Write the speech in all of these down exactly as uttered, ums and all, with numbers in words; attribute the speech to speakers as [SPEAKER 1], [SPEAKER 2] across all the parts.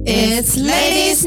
[SPEAKER 1] It's Ladies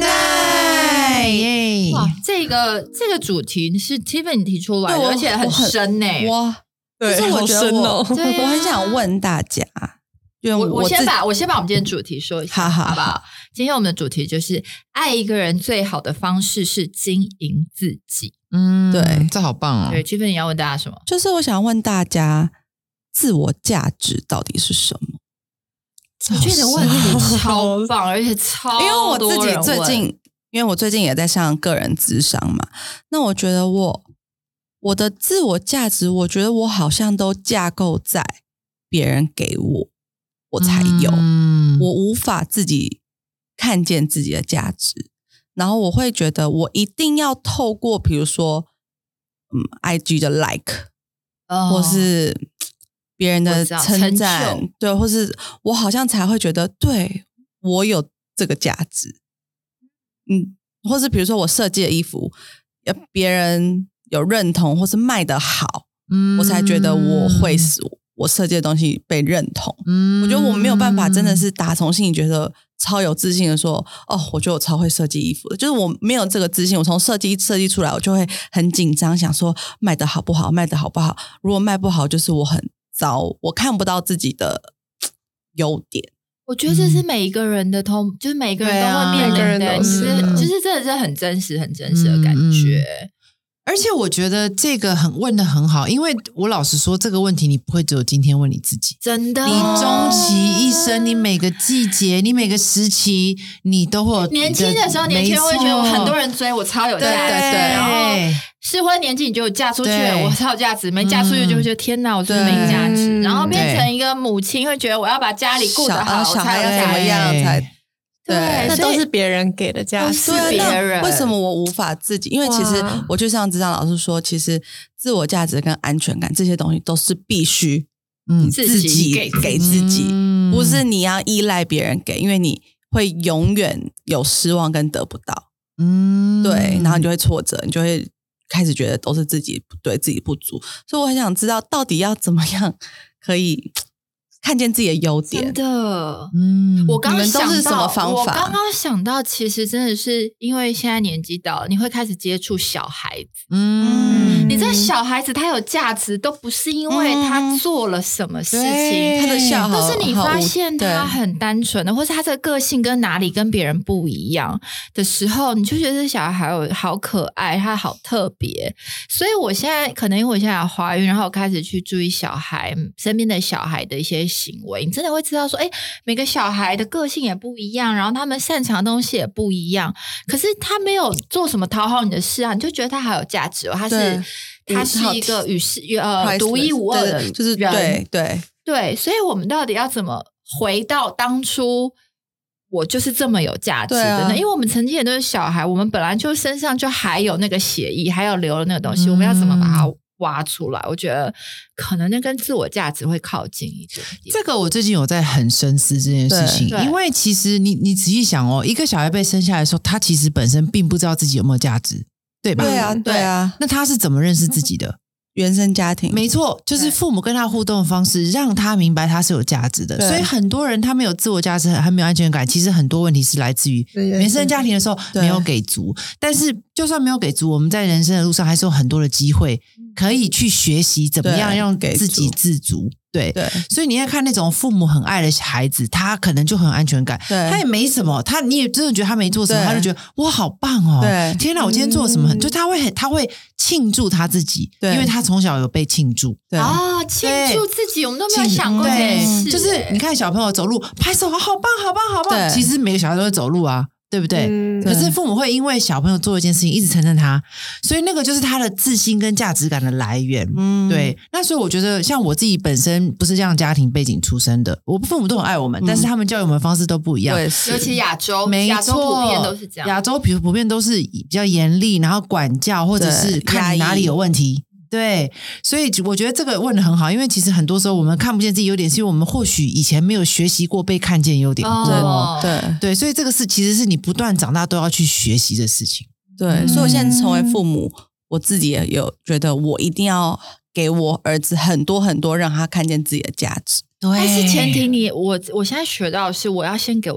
[SPEAKER 1] Night。
[SPEAKER 2] 哇，这个这个主题是 Tiffany 提出来的，而且很深呢、欸。
[SPEAKER 1] 哇，
[SPEAKER 3] 对，
[SPEAKER 1] 就是我觉得我、
[SPEAKER 3] 哦、
[SPEAKER 1] 我很想问大家，因为 我,
[SPEAKER 2] 我, 我先把我先把我们今天主题说一下，
[SPEAKER 1] 好好好
[SPEAKER 2] 好不好？今天我们的主题就是爱一个人最好的方式是经营自己。
[SPEAKER 3] 嗯，
[SPEAKER 1] 对，
[SPEAKER 3] 这好棒哦。
[SPEAKER 2] 对 ，Tiffany 你要问大家什么？
[SPEAKER 1] 就是我想问大家，自我价值到底是什么？
[SPEAKER 2] 我觉得问题超棒，而且超
[SPEAKER 1] 因为我自己最
[SPEAKER 2] 多人问
[SPEAKER 1] 近，因为我最近也在上个人咨商嘛，那我觉得我我的自我价值，我觉得我好像都架构在别人给我，我才有，
[SPEAKER 3] 嗯、
[SPEAKER 1] 我无法自己看见自己的价值，然后我会觉得我一定要透过比如说嗯 I G 的 like、哦、或是别人的称赞，对，或是我好像才会觉得对我有这个价值。嗯，或是比如说我设计的衣服别人有认同或是卖得好、嗯、我才觉得我会我设计的东西被认同、嗯、我觉得我没有办法真的是打从心里觉得超有自信的说哦，我觉得我超会设计衣服的，就是我没有这个自信，我从设计设计出来我就会很紧张，想说卖得好不好，卖得好不好，如果卖不好就是我很糟，我看不到自己的优点。
[SPEAKER 2] 我觉得这是每一个人的通、嗯、就是每个人都会面临的、啊、就是就是真的是很真实很真实的感觉、嗯嗯、
[SPEAKER 3] 而且我觉得这个很问得很好，因为我老实说这个问题你不会只有今天问你自己，
[SPEAKER 2] 真的，
[SPEAKER 3] 你终其一生，你每个季节你每个时期你都会有。
[SPEAKER 2] 年轻的时候年轻人会觉得我很多人追我超有价值，
[SPEAKER 3] 对对对，
[SPEAKER 2] 然后适婚年纪你就嫁出去了我超有价值，没嫁出去就会觉得、嗯、天哪我是不是没价值，然后变成一个母亲会觉得我要把家里顾得好我才有
[SPEAKER 1] 怎么样才
[SPEAKER 2] 对，
[SPEAKER 4] 那都是别人给的价值，
[SPEAKER 2] 是别人。
[SPEAKER 1] 为什么我无法自己？因为其实我就像职场老师说，其实自我价值跟安全感这些东西都是必须
[SPEAKER 3] 嗯
[SPEAKER 1] 自己给给自己，嗯、不是你要依赖别人给，因为你会永远有失望跟得不到。嗯，对，然后你就会挫折，你就会开始觉得都是自己不对，自己不足。所以我很想知道，到底要怎么样可以看见自己的优点。
[SPEAKER 2] 真的，
[SPEAKER 1] 嗯，
[SPEAKER 2] 我刚刚想到
[SPEAKER 1] 你们都是什么方法？
[SPEAKER 2] 我刚刚想到，其实真的是因为现在年纪到了，你会开始接触小孩子。嗯，你在小孩子他有价值，都不是因为他做了什么事情，
[SPEAKER 1] 嗯、他的笑好，
[SPEAKER 2] 都是你发现他很单纯的，或是他这个个性跟哪里跟别人不一样的时候，你就觉得这小孩好好可爱，他好特别。所以我现在可能因为我现在怀孕，然后我开始去注意小孩身边的小孩的一些行为，你真的会知道说，哎，每个小孩的个性也不一样，然后他们擅长的东西也不一样，可是他没有做什么讨好你的事啊，你就觉得他好有价值哦，他是他是一个与世呃独一无二的人，
[SPEAKER 1] 就是对对
[SPEAKER 2] 对，所以我们到底要怎么回到当初我就是这么有价值的呢、啊、因为我们曾经也都是小孩，我们本来就身上就还有那个血液，还有留了那个东西、嗯、我们要怎么把它挖出来，我觉得可能那跟自我价值会靠近一点点。
[SPEAKER 3] 这个我最近有在很深思这件事情，因为其实你你仔细想哦，一个小孩被生下来的时候，他其实本身并不知道自己有没有价值，对吧？
[SPEAKER 1] 对啊对啊，
[SPEAKER 3] 那他是怎么认识自己的？
[SPEAKER 1] 原生家庭，
[SPEAKER 3] 没错，就是父母跟他互动的方式让他明白他是有价值的。所以很多人他没有自我价值，还没有安全感，其实很多问题是来自于原生家庭的时候没有给足。但是就算没有给足，我们在人生的路上还是有很多的机会可以去学习怎么样让自己自足。对对，所以你要看那种父母很爱的孩子，他可能就很有安全感，他也没什么，他你也真的觉得他没做什么，他就觉得哇好棒哦，对，天哪我今天做了什么、嗯、就他会很他会庆祝他自己，因为他从小有被庆祝。
[SPEAKER 2] 对啊，庆祝自己，我们都没有想过这件事。
[SPEAKER 3] 就是你看小朋友走路拍手，好棒好棒好棒，其实每个小孩都会走路啊，对不对、嗯、可是父母会因为小朋友做一件事情一直称赞他，所以那个就是他的自信跟价值感的来源。嗯，对。那所以我觉得像我自己本身不是这样家庭背景出身的，我父母都很爱我们、嗯、但是他们教育我们的方式都不一样，
[SPEAKER 2] 尤其亚洲，
[SPEAKER 3] 没错，
[SPEAKER 2] 亚洲普遍都是这样，
[SPEAKER 3] 亚洲普遍都是比较严厉，然后管教或者是看你哪里有问题。对，所以我觉得这个问得很好，因为其实很多时候我们看不见自己优点，是因为我们或许以前没有学习过被看见优点过。
[SPEAKER 2] 哦、
[SPEAKER 1] 对
[SPEAKER 3] 对，所以这个是其实是你不断长大都要去学习的事情。
[SPEAKER 1] 对、嗯，所以我现在成为父母，我自己也有觉得我一定要给我儿子很多很多，让他看见自己的价值。
[SPEAKER 2] 对，但是前提你我我现在学到的是我要先给我自己。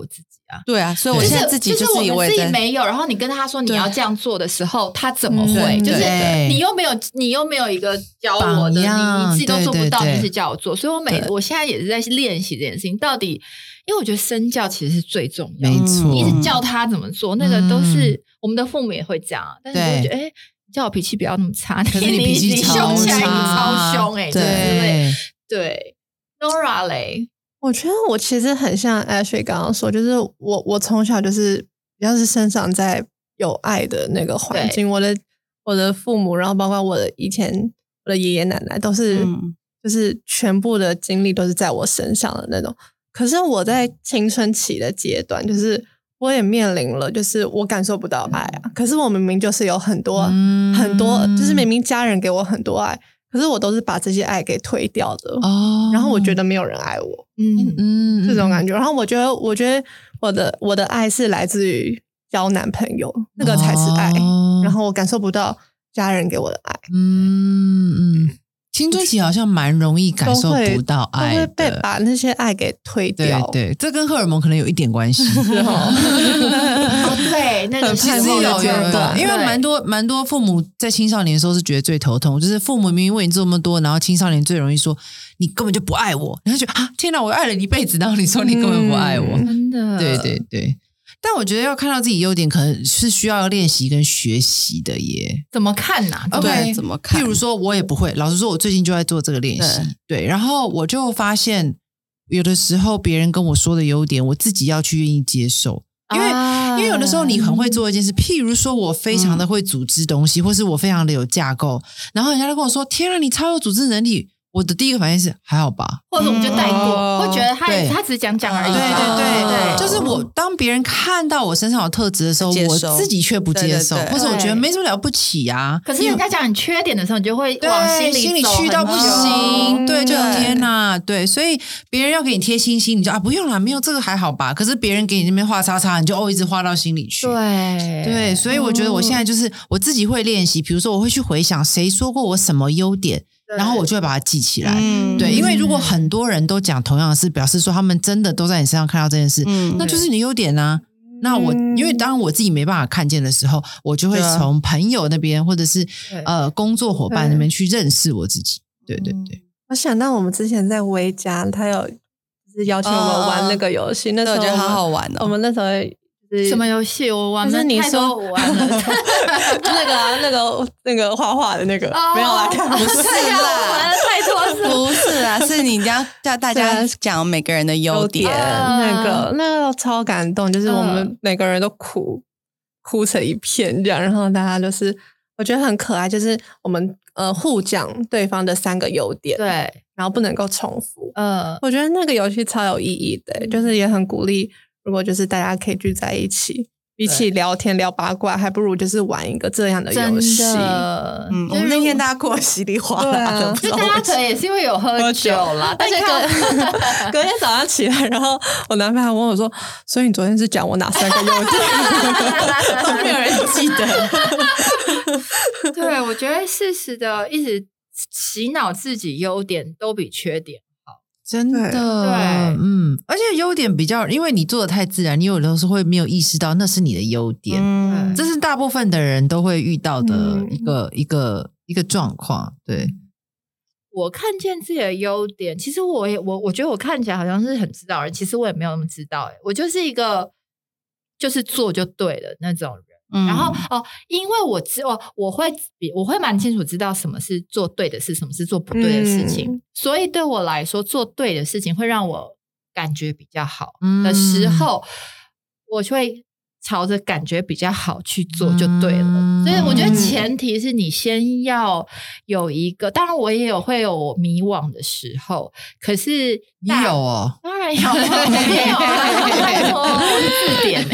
[SPEAKER 2] 啊。
[SPEAKER 1] 对啊，所以我现在自己
[SPEAKER 2] 就是
[SPEAKER 1] 以为
[SPEAKER 2] 自己没有，然后你跟他说你要这样做的时候，他怎么会？就是你又没有，你又没有一个教我的，你你自己都做不到，你是叫我做。所以我每我现在也是在练习这件事情，到底。因为我觉得身教其实是最重要的，
[SPEAKER 3] 没错，
[SPEAKER 2] 你一直教他怎么做，那个都是、嗯、我们的父母也会讲，但是我觉得，哎，叫我脾气不要那么差，
[SPEAKER 3] 可是你脾气超
[SPEAKER 2] 凶起来，你超凶，哎，
[SPEAKER 3] 对
[SPEAKER 2] 对 ，Nora 嘞，
[SPEAKER 4] 我觉得我其实很像 Ashley 刚刚说，就是我我从小就是比较是生长在有爱的那个环境，我的我的父母，然后包括我的以前我的爷爷奶奶都是、嗯、就是全部的精力都是在我身上的那种。可是我在青春期的阶段，就是我也面临了，就是我感受不到爱啊。可是我明明就是有很多、嗯、很多，就是明明家人给我很多爱，可是我都是把这些爱给推掉的。哦，然后我觉得没有人爱我，嗯嗯，这种感觉。然后我觉得，我觉得我的我的爱是来自于交男朋友，那个才是爱。哦、然后我感受不到家人给我的爱。
[SPEAKER 3] 嗯嗯。青春期好像蛮容易感受不到爱的，
[SPEAKER 4] 都会被把那些爱给推掉。
[SPEAKER 3] 对对，这跟荷尔蒙可能有一点关系。
[SPEAKER 2] 哦，对，那个
[SPEAKER 3] 其实有有有，因为蛮多蛮多父母在青少年的时候是觉得最头痛，就是父母明明为你做那么多，然后青少年最容易说你根本就不爱我，然后觉得啊，天哪，我爱了你一辈子，然后你说你根本不爱我，
[SPEAKER 2] 嗯、真的，
[SPEAKER 3] 对对对。但我觉得要看到自己优点，可能是需要练习跟学习的耶。
[SPEAKER 2] 怎么看呢、啊？
[SPEAKER 1] OK， 怎么看？
[SPEAKER 3] 譬如说，我也不会。老实说，我最近就在做这个练习。对，对然后我就发现，有的时候别人跟我说的优点，我自己要去愿意接受。因为、啊、因为有的时候你很会做一件事，譬如说我非常的会组织东西，嗯、或是我非常的有架构，然后人家就跟我说：“天啊，你超有组织能力。”我的第一个反应是还好吧，
[SPEAKER 2] 或者我们就带过，嗯、会觉得他他只是讲讲而已。
[SPEAKER 3] 对对对对，就是我当别人看到我身上有特质的时候，我自己却不接受，对对对或者我觉得没什么了不起啊。
[SPEAKER 2] 可是人家讲你缺点的时候，你就会往心里
[SPEAKER 3] 心里去到不行，对，就天哪，对，所以别人要给你贴星星，你就啊不用啦，没有这个还好吧。可是别人给你那边画叉叉，你就哦一直画到心里去。
[SPEAKER 2] 对
[SPEAKER 3] 对，所以我觉得我现在就是我自己会练习，比如说我会去回想谁说过我什么优点。然后我就会把它记起来，嗯、对，因为如果很多人都讲同样的事，表示说他们真的都在你身上看到这件事，嗯、那就是你的优点啊。那我因为当我自己没办法看见的时候，我就会从朋友那边或者是呃工作伙伴那边去认识我自己。对对对，
[SPEAKER 4] 我想到我们之前在微家，他有就是邀请我们玩那个游戏，哦、那时候我
[SPEAKER 1] 觉得好好玩哦。
[SPEAKER 4] 我们那时候。
[SPEAKER 2] 什么游戏？我玩
[SPEAKER 4] 的
[SPEAKER 2] 太多，我玩了。
[SPEAKER 4] 那个、啊、那个、那个画画的那个，哦、没有啦，看不是
[SPEAKER 2] 啦，我玩的太多，
[SPEAKER 1] 不是啊，是你要叫大家讲每个人的优点。
[SPEAKER 4] 那个、那个超感动，就是我们每个人都哭，哭成一片这样，然后大家就是我觉得很可爱，就是我们呃互讲对方的三个优点，
[SPEAKER 2] 对，
[SPEAKER 4] 然后不能够重复。嗯，我觉得那个游戏超有意义的，就是也很鼓励。如果就是大家可以聚在一起，比起聊天聊八卦，还不如就是玩一个这样的游戏。
[SPEAKER 1] 嗯，我们那天大家过得稀里哗啦的，
[SPEAKER 2] 就大家可能也是因为有喝酒啦。但是
[SPEAKER 4] 隔隔天早上起来，然后我男朋友问我说：“所以你昨天是讲我哪三个优点？”
[SPEAKER 2] 都没有人记得。对，我觉得适时的一直洗脑自己优点都比缺点。
[SPEAKER 3] 真的，对，嗯，而且优点比较，因为你做的太自然，你有的时候会没有意识到那是你的优点，嗯，这是大部分的人都会遇到的一个、嗯、一个一个状况。对，
[SPEAKER 2] 我看见自己的优点，其实我也我我觉得我看起来好像是很知道人，其实我也没有那么知道，哎，我就是一个就是做就对了那种人。嗯、然后哦，因为我知哦，我会我会蛮清楚知道什么是做对的事，什么是做不对的事情，嗯、所以对我来说，做对的事情会让我感觉比较好的时候，嗯、我就会朝着感觉比较好去做就对了。嗯、所以我觉得前提是你先要有一个，当然我也有会有迷惘的时候，可是
[SPEAKER 3] 你有哦，
[SPEAKER 2] 当然有，没有啊，拜托，我是字典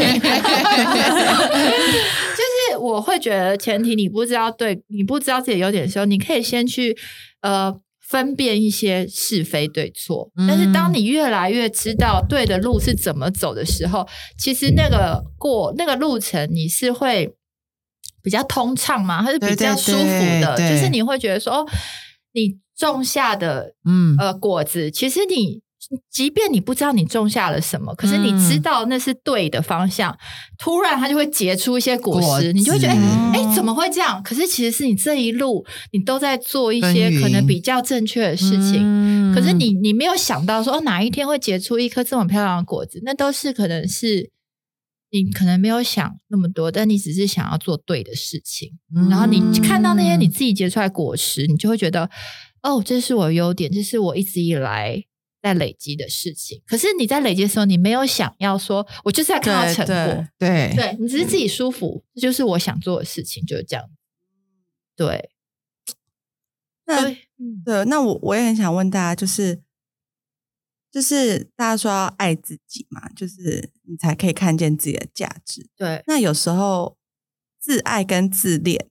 [SPEAKER 2] 欸。就是我会觉得前提你不知道对你不知道自己的优点的时候，你可以先去呃分辨一些是非对错，但是当你越来越知道对的路是怎么走的时候，其实那个过那个路程你是会比较通畅嘛，它是比较舒服的，就是你会觉得说哦，你种下的嗯呃果子，其实你即便你不知道你种下了什么，可是你知道那是对的方向，嗯、突然它就会结出一些果实，你就会觉得哎、欸，怎么会这样？可是其实是你这一路你都在做一些可能比较正确的事情，嗯、可是你你没有想到说哦，哪一天会结出一颗这么漂亮的果子，那都是可能是你可能没有想那么多，但你只是想要做对的事情，嗯、然后你看到那些你自己结出来的果实，你就会觉得哦，这是我的优点，这是我一直以来在累积的事情。可是你在累积的时候，你没有想要说我就是在看到成果，
[SPEAKER 3] 对
[SPEAKER 2] 对, 对, 对你只是自己舒服，这就是我想做的事情，就是这样。对，
[SPEAKER 1] 那对、嗯、对，那我我也很想问大家，就是就是大家说要爱自己嘛，就是你才可以看见自己的价值。
[SPEAKER 2] 对，
[SPEAKER 1] 那有时候自爱跟自恋，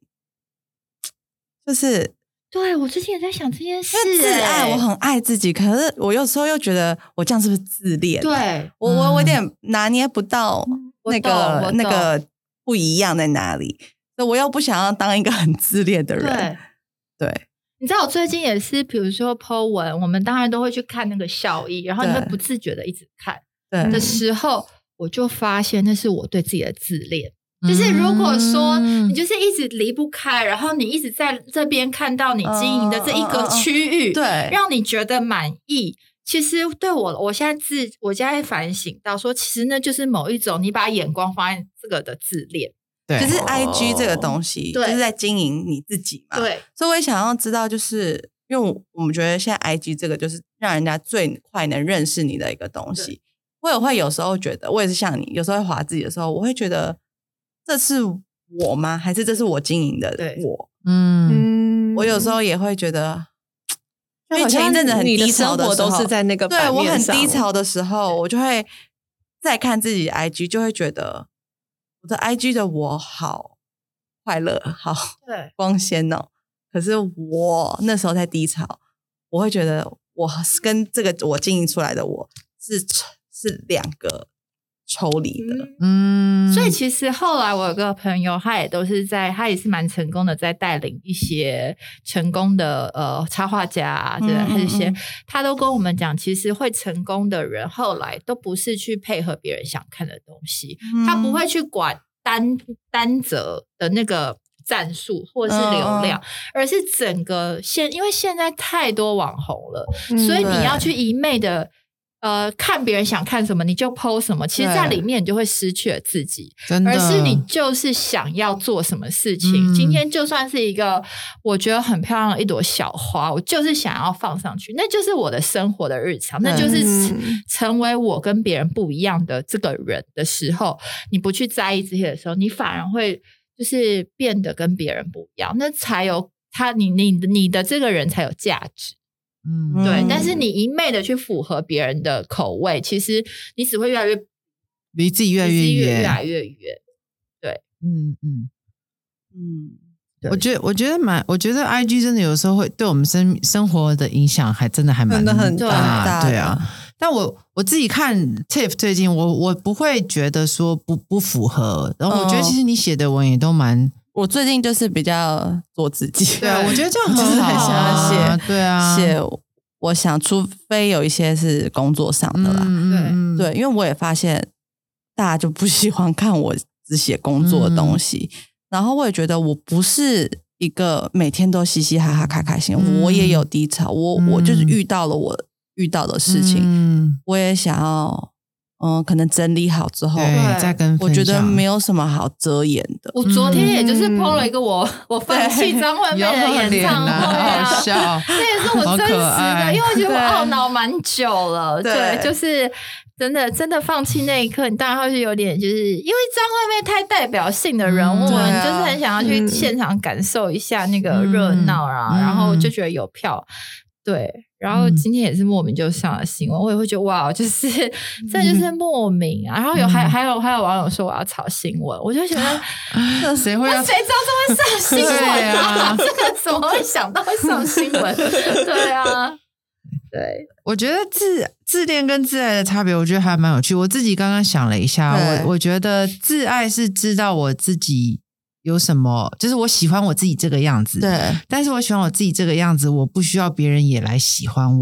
[SPEAKER 1] 就是
[SPEAKER 2] 对我最近也在想这件事、
[SPEAKER 1] 欸。自爱，我很爱自己，可是我有时候又觉得我这样是不是自恋？
[SPEAKER 2] 对，
[SPEAKER 1] 我我我有点拿捏不到那个、嗯、那个不一样在哪里，所以我又不想要当一个很自恋的人。对。对，
[SPEAKER 2] 你知道我最近也是，比如说 po 文，我们当然都会去看那个效益，然后你会不自觉的一直看的时候，我就发现那是我对自己的自恋。就是如果说你就是一直离不开，然后你一直在这边看到你经营的这一个区域，
[SPEAKER 1] 对、嗯嗯嗯，
[SPEAKER 2] 让你觉得满意。其实对我，我现在自我现在反省到说，其实那就是某一种你把眼光放在这个的自恋。
[SPEAKER 1] 对，就是 I G 这个东西，就是在经营你自己嘛。
[SPEAKER 2] 对，
[SPEAKER 1] 所以我也想要知道，就是因为我们觉得现在 I G 这个就是让人家最快能认识你的一个东西。我也会有时候觉得，我也是像你，有时候会滑自己的时候，我会觉得这是我吗？还是这是我经营的我？嗯，我有时候也会觉得，因为前一阵子很低潮的时候，
[SPEAKER 4] 都是在那个版面上，
[SPEAKER 1] 对我很低潮的时候，我就会再看自己的 I G， 就会觉得。我的 I G 的我好快乐，好光鲜哦。可是我那时候在低潮，我会觉得我跟这个我经营出来的我是是两个抽离的。
[SPEAKER 2] 嗯，所以其实后来我有个朋友，他也都是在，他也是蛮成功的，在带领一些成功的呃插画家啊，对，嗯嗯嗯这些他都跟我们讲，其实会成功的人后来都不是去配合别人想看的东西，嗯、他不会去管单单则的那个战术或者是流量，嗯、而是整个现因为现在太多网红了，嗯、所以你要去一昧的。呃，看别人想看什么你就 po 什么，其实在里面你就会失去了自己，而是你就是想要做什么事情。嗯、今天就算是一个我觉得很漂亮的一朵小花，我就是想要放上去，那就是我的生活的日常，那就是成为我跟别人不一样的这个人的时候，你不去在意这些的时候，你反而会就是变得跟别人不一样，那才有他你你你的这个人才有价值。嗯，对，但是你一昧的去符合别人的口味，其实你只会越来越
[SPEAKER 3] 离自己越来越远，
[SPEAKER 2] 越来越远。对，
[SPEAKER 3] 嗯嗯嗯，我觉得我觉得蛮，我觉得 I G 真的有时候会对我们生生活的影响，还真的还蛮
[SPEAKER 4] 真的很大，
[SPEAKER 3] 对啊。但我我自己看 Tiff 最近，我我不会觉得说不不符合，然后我觉得其实你写的文也都蛮。
[SPEAKER 1] 我最近就是比较做自己，
[SPEAKER 3] 对啊，我觉得这样很好、啊，
[SPEAKER 1] 就是很想要写，
[SPEAKER 3] 对啊，
[SPEAKER 1] 写我想，除非有一些是工作上的啦，
[SPEAKER 3] 嗯、
[SPEAKER 1] 对对，因为我也发现大家就不喜欢看我只写工作的东西，嗯、然后我也觉得我不是一个每天都嘻嘻哈哈开开心，嗯、我也有低潮，我、嗯、我就是遇到了我遇到的事情，嗯、我也想要。嗯，可能整理好之后，
[SPEAKER 3] 再跟
[SPEAKER 1] 我觉得没有什么好遮掩的。
[SPEAKER 2] 我昨天也就是 po 了一个我、嗯、我放弃张惠妹的演唱会啊，
[SPEAKER 3] 好笑，
[SPEAKER 2] 这也是我真实的，因为我觉得我懊恼蛮久了。对，对就是真的真的放弃那一刻，你当然会是有点，就是因为张惠妹太代表性的人物，嗯、你就是很想要去现场感受一下那个热闹啊，嗯、然后就觉得有票，对。然后今天也是莫名就上了新闻，嗯、我也会觉得哇，就是这就是莫名啊。然后有还、嗯、还有还有网友说我要炒新闻，我就觉得
[SPEAKER 3] 那谁会要？
[SPEAKER 2] 谁知道这会上新闻啊？这个怎么会想到会上新闻？对啊，对，
[SPEAKER 3] 我觉得自自恋跟自爱的差别，我觉得还蛮有趣。我自己刚刚想了一下，我我觉得自爱是知道我自己。有什么就是我喜欢我自己这个样子，
[SPEAKER 1] 对，
[SPEAKER 3] 但是我喜欢我自己这个样子，我不需要别人也来喜欢我，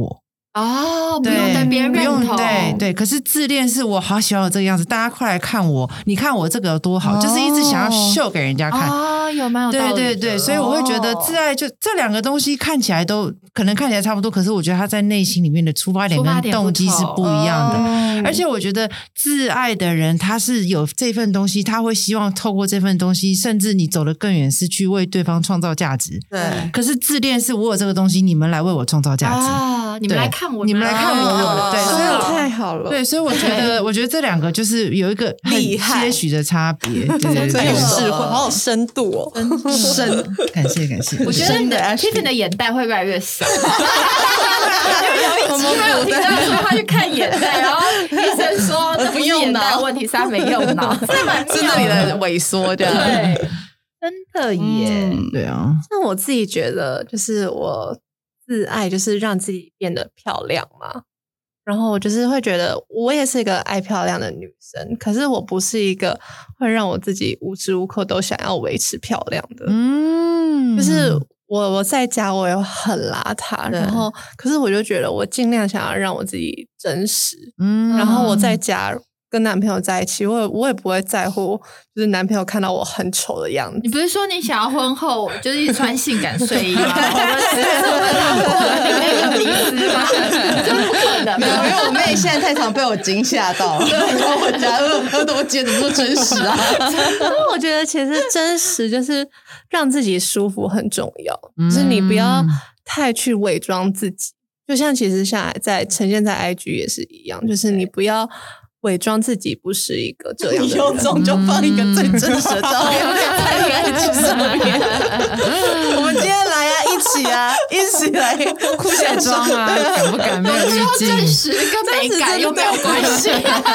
[SPEAKER 2] 哦，不用等别人认同，
[SPEAKER 3] 对对。可是自恋是我好喜欢我这个样子，大家快来看我，你看我这个有多好，哦、就是一直想要秀给人家看。
[SPEAKER 2] 哦，有蛮有道理的。
[SPEAKER 3] 对对对，所以我会觉得自爱就这两个东西看起来都可能看起来差不多，可是我觉得他在内心里面的出发点跟动机是不一样的。哦、而且我觉得自爱的人他是有这份东西，他会希望透过这份东西，甚至你走得更远，是去为对方创造价值。
[SPEAKER 1] 对。
[SPEAKER 3] 可是自恋是我有这个东西，你们来为我创造价值。
[SPEAKER 2] 啊，你们来看我，
[SPEAKER 3] 你们来看我，我对，所以
[SPEAKER 4] 太好了。
[SPEAKER 3] 对，所以我觉得，我觉得这两个就是有一个
[SPEAKER 1] 厉害
[SPEAKER 3] 些许的差别，对对对，
[SPEAKER 4] 有智慧，好有深度哦，
[SPEAKER 3] 深，感谢感谢。
[SPEAKER 2] 我觉得你的 Tiffany 的眼袋会越来越小。因为有一集我有听到说他去看眼袋，然后医生说这不是眼袋问题，是他没用脑，这蛮
[SPEAKER 1] 是那里的萎缩这样。
[SPEAKER 2] 对，真的耶，
[SPEAKER 3] 嗯、对啊。
[SPEAKER 4] 那我自己觉得，就是我自爱，就是让自己变得漂亮嘛。然后我就是会觉得，我也是一个爱漂亮的女生，可是我不是一个会让我自己无时无刻都想要维持漂亮的。嗯，就是我我在家我也很邋遢，然后可是我就觉得我尽量想要让我自己真实。嗯，然后我在家跟男朋友在一起，我也我也不会在乎，就是男朋友看到我很丑的样子。
[SPEAKER 2] 你不是说你想要婚后就是一直穿性感睡衣吗？我们是那个迷思吗？这不可能，
[SPEAKER 1] 没有，因为我妹现在太常被我惊吓到了。然后我家我我姐怎么说真实啊？
[SPEAKER 4] 我觉得其实真实就是让自己舒服很重要，嗯、就是你不要太去伪装自己。就像其实像在呈现在 I G 也是一样，就是你不要伪装自己不是一个这样的人，
[SPEAKER 1] 有种就放一个最真实的照片在 I G 上面。我们今天来啊，一起啊，一起来
[SPEAKER 3] 酷假装啊，敢不敢？没有滤镜，
[SPEAKER 2] 真实跟美感又没有关系。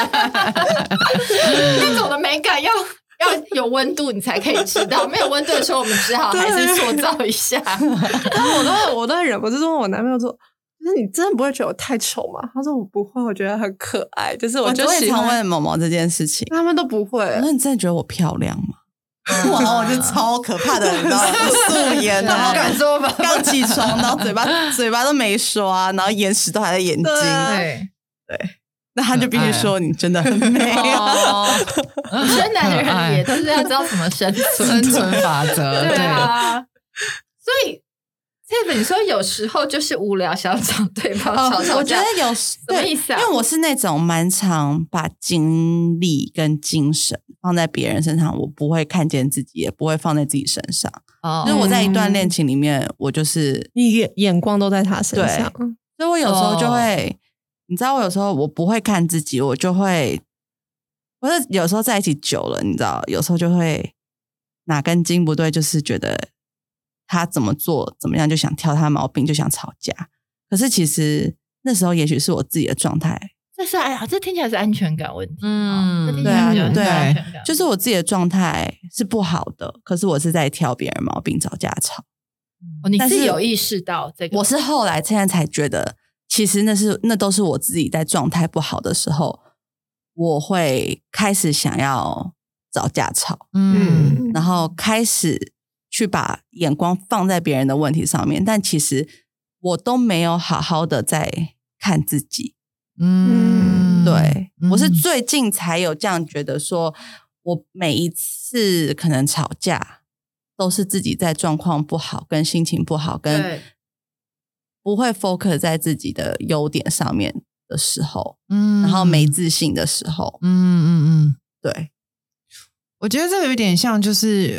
[SPEAKER 2] 那种的美感要要有温度，你才可以知道。没有温度的时候，我们只好还是塑造一下。
[SPEAKER 4] 然后我都我都忍不住问我男朋友说，就是你真的不会觉得我太丑吗？他说我不会，我觉得很可爱。就是我就
[SPEAKER 1] 喜欢常问毛毛这件事情，
[SPEAKER 4] 他们都不会。
[SPEAKER 1] 我说你真的觉得我漂亮吗？哇，我就超可怕的，你知道吗？素颜，然后
[SPEAKER 3] 敢说吧，
[SPEAKER 1] 刚起床，然后嘴巴嘴巴都没刷，然后眼屎都还在眼睛。
[SPEAKER 2] 对
[SPEAKER 1] 对，那他就必须说你真的很美。
[SPEAKER 2] 哦，生男的人也都是要知道怎么生存，
[SPEAKER 3] 生存法则。
[SPEAKER 2] 对啊，所以。Tiffany 你说有时候就是无聊想找对方吵吵架，
[SPEAKER 1] 我觉得有
[SPEAKER 2] 什么意思啊？
[SPEAKER 1] 因为我是那种蛮常把精力跟精神放在别人身上，我不会看见自己，也不会放在自己身上。哦，就是我在一段恋情里面，我就是
[SPEAKER 4] 你眼光都在他身上，
[SPEAKER 1] 所以我有时候就会，哦、你知道，我有时候我不会看自己，我就会，或者有时候在一起久了，你知道，有时候就会哪根筋不对，就是觉得。他怎么做怎么样就想挑他毛病，就想吵架。可是其实那时候也许是我自己的状态，
[SPEAKER 2] 这是哎呀，这听起来是安全感问题。嗯，
[SPEAKER 1] 对啊，对啊，就是我自己的状态是不好的，可是我是在挑别人毛病找架吵。
[SPEAKER 2] 哦，你是有意识到这个？
[SPEAKER 1] 我是后来现在才觉得，其实那是那都是我自己在状态不好的时候，我会开始想要找架吵。嗯，然后开始。去把眼光放在别人的问题上面，但其实我都没有好好的在看自己。嗯，对，嗯、我是最近才有这样觉得说，我每一次可能吵架都是自己在状况不好、跟心情不好、跟不会 focus 在自己的优点上面的时候，嗯，然后没自信的时候，嗯嗯嗯，对，
[SPEAKER 3] 我觉得这个有点像就是。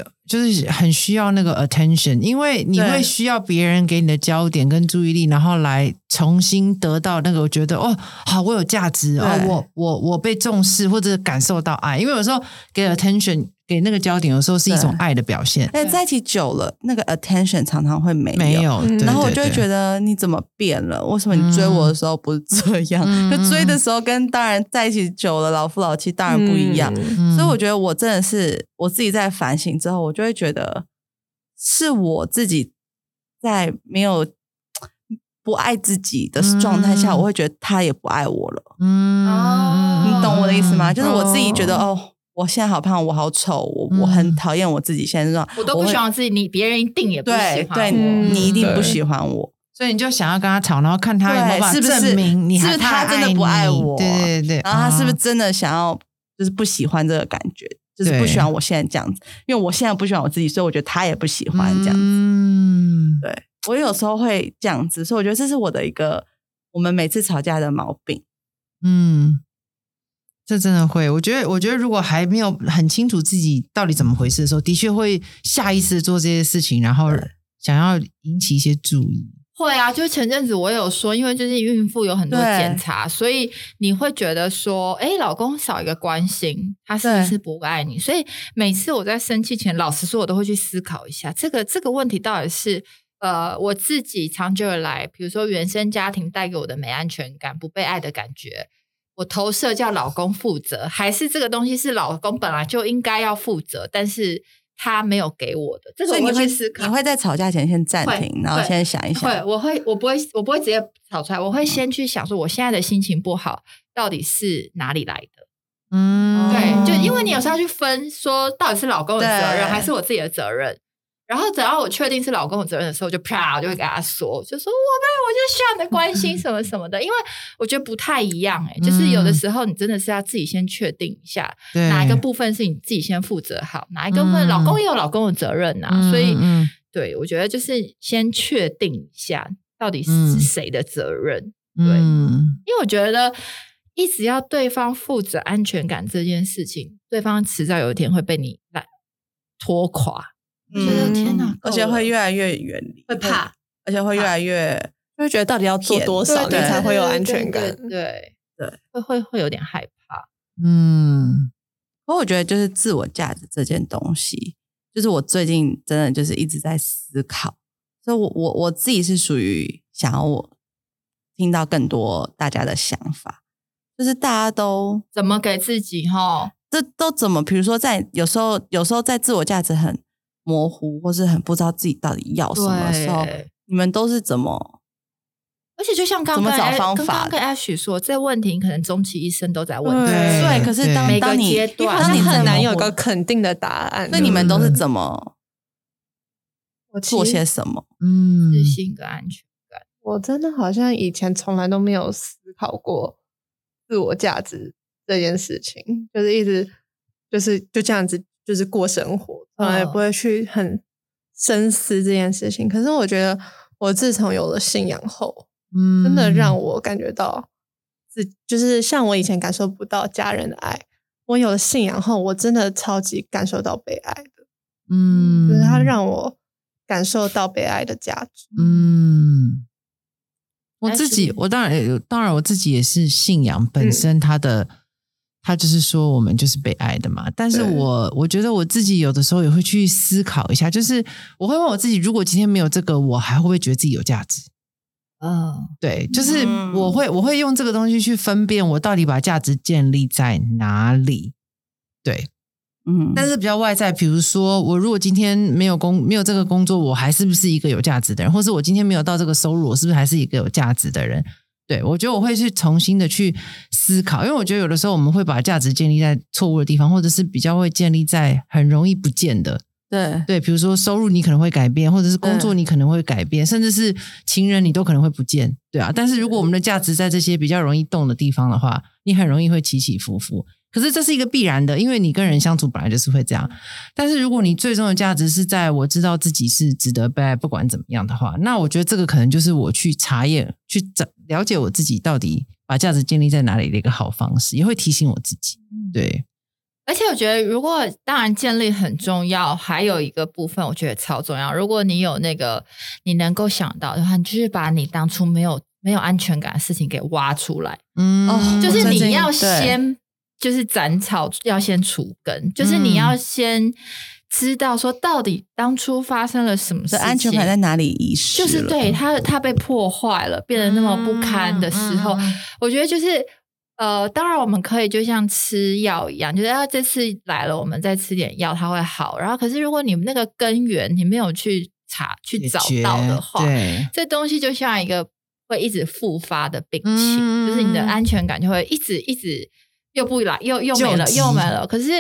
[SPEAKER 3] 就是很需要那个 attention， 因为你会需要别人给你的焦点跟注意力，然后来重新得到那个我觉得哦，好，我有价值哦，我我我被重视或者感受到爱，因为有时候给 attention 给那个焦点，有时候是一种爱的表现。
[SPEAKER 1] 但在一起久了，那个 attention 常常会没有，
[SPEAKER 3] 没有，
[SPEAKER 1] 嗯、然后我就会觉得你怎么变了？为什么你追我的时候不是这样？嗯、就追的时候跟当然在一起久了老夫老妻当然不一样，嗯、所以我觉得我真的是我自己在反省之后，我就会觉得是我自己在没有不爱自己的状态下，嗯、我会觉得他也不爱我了。嗯，你懂我的意思吗？就是我自己觉得哦。我现在好胖，我好丑，我、嗯、我很讨厌我自己。现在这样，
[SPEAKER 2] 我都不喜欢自己，你别人一定也不喜欢我。
[SPEAKER 1] 对，对、嗯、你一定不喜欢我，
[SPEAKER 3] 所以你就想要跟他吵，然后看他有没有办法证明你还
[SPEAKER 1] 是不是他真的不爱我，
[SPEAKER 3] 对对对，
[SPEAKER 1] 然后他是不是真的想要就是不喜欢这个感觉，就是不喜欢我现在这样子，因为我现在不喜欢我自己，所以我觉得他也不喜欢这样子。嗯，对，我有时候会这样子，所以我觉得这是我的一个我们每次吵架的毛病。
[SPEAKER 3] 嗯，这真的会，我觉得我觉得如果还没有很清楚自己到底怎么回事的时候，的确会下意识做这些事情，然后想要引起一些注意。
[SPEAKER 2] 会啊，就前阵子我有说，因为就是孕妇有很多检查，所以你会觉得说，诶，老公少一个关心，他是不是不爱你？所以每次我在生气前，老实说我都会去思考一下，这个这个问题到底是呃我自己长久以来，比如说原生家庭带给我的没安全感、不被爱的感觉，我投射叫老公负责，还是这个东西是老公本来就应该要负责，但是他没有给我的，这个我会去思考。
[SPEAKER 1] 你会在吵架前先暂停，然后先想一想。
[SPEAKER 2] 会，我会，我不会，我不会直接吵出来，我会先去想说，我现在的心情不好，到底是哪里来的？嗯，对，就因为你有时候要去分，说到底是老公的责任还是我自己的责任。然后只要我确定是老公的责任的时候，就啪，我就会跟他说，就说我们我就需要你的关心什么什么的，因为我觉得不太一样哎、欸，就是有的时候你真的是要自己先确定一下、嗯、哪一个部分是你自己先负责好，哪一个部分、嗯、老公也有老公的责任啊，嗯、所以、嗯、对我觉得就是先确定一下到底是谁的责任，嗯、对，因为我觉得一直要对方负责安全感这件事情，对方迟早有一天会被你来拖垮。我觉得天哪，
[SPEAKER 1] 而且会越来越远离，
[SPEAKER 2] 会怕，
[SPEAKER 1] 而且会越来越就会觉得到底要做多少你才会有安全感，
[SPEAKER 2] 对对 对, 对，会会会有点害怕。
[SPEAKER 1] 嗯，不过我觉得就是自我价值这件东西，就是我最近真的就是一直在思考，所以我我我自己是属于想要我听到更多大家的想法，就是大家都
[SPEAKER 2] 怎么给自己齁，
[SPEAKER 1] 这都怎么，比如说在有时候有时候在自我价值很模糊或是很不知道自己到底要什么的时候，你们都是怎么？
[SPEAKER 2] 而且就像刚刚跟刚刚跟 Ash 说，这问题你可能终其一生都在问。
[SPEAKER 1] 对，对可是当当你
[SPEAKER 4] 当你很难有个肯定的答案，
[SPEAKER 1] 所以你们都是怎么做些什么？
[SPEAKER 2] 嗯，自信跟安全感。
[SPEAKER 4] 我真的好像以前从来都没有思考过自我价值这件事情，就是一直就是就这样子。就是过生活，从来不会去很深思这件事情。可是我觉得，我自从有了信仰后，嗯，真的让我感觉到自，就是像我以前感受不到家人的爱，我有了信仰后，我真的超级感受到被爱的。嗯，就是它让我感受到被爱的价值。
[SPEAKER 3] 嗯，我自己，我当然，当然我自己也是信仰本身，它的。嗯他就是说我们就是被爱的嘛，但是我我觉得我自己有的时候也会去思考一下，就是我会问我自己，如果今天没有这个，我还会不会觉得自己有价值？嗯，对，就是我会我会用这个东西去分辨我到底把价值建立在哪里。对，嗯，但是比较外在，比如说我如果今天没有工没有这个工作，我还是不是一个有价值的人？或是我今天没有到这个收入，我是不是还是一个有价值的人？对，我觉得我会去重新的去思考，因为我觉得有的时候我们会把价值建立在错误的地方，或者是比较会建立在很容易不见的。
[SPEAKER 1] 对
[SPEAKER 3] 对，比如说收入你可能会改变，或者是工作你可能会改变，甚至是情人你都可能会不见，对啊。但是如果我们的价值在这些比较容易动的地方的话，你很容易会起起伏伏。可是这是一个必然的，因为你跟人相处本来就是会这样。但是如果你最终的价值是在我知道自己是值得被爱不管怎么样的话，那我觉得这个可能就是我去查验去了解我自己到底把价值建立在哪里的一个好方式，也会提醒我自己。对，
[SPEAKER 2] 而且我觉得如果当然建立很重要，还有一个部分我觉得超重要，如果你有那个你能够想到的话，你就是把你当初没有没有安全感的事情给挖出来。嗯，哦、就是你要先就是斩草要先除根，就是你要先知道说到底当初发生了什么事情，
[SPEAKER 1] 安全感在哪里遗失了，
[SPEAKER 2] 就是对他他被破坏了，变得那么不堪的时候，嗯嗯、我觉得就是呃，当然我们可以就像吃药一样，就是要这次来了我们再吃点药它会好，然后可是如果你那个根源你没有去查去找到的话，这东西就像一个会一直复发的病情，嗯、就是你的安全感就会一直一直又不来又又没了又没了。可是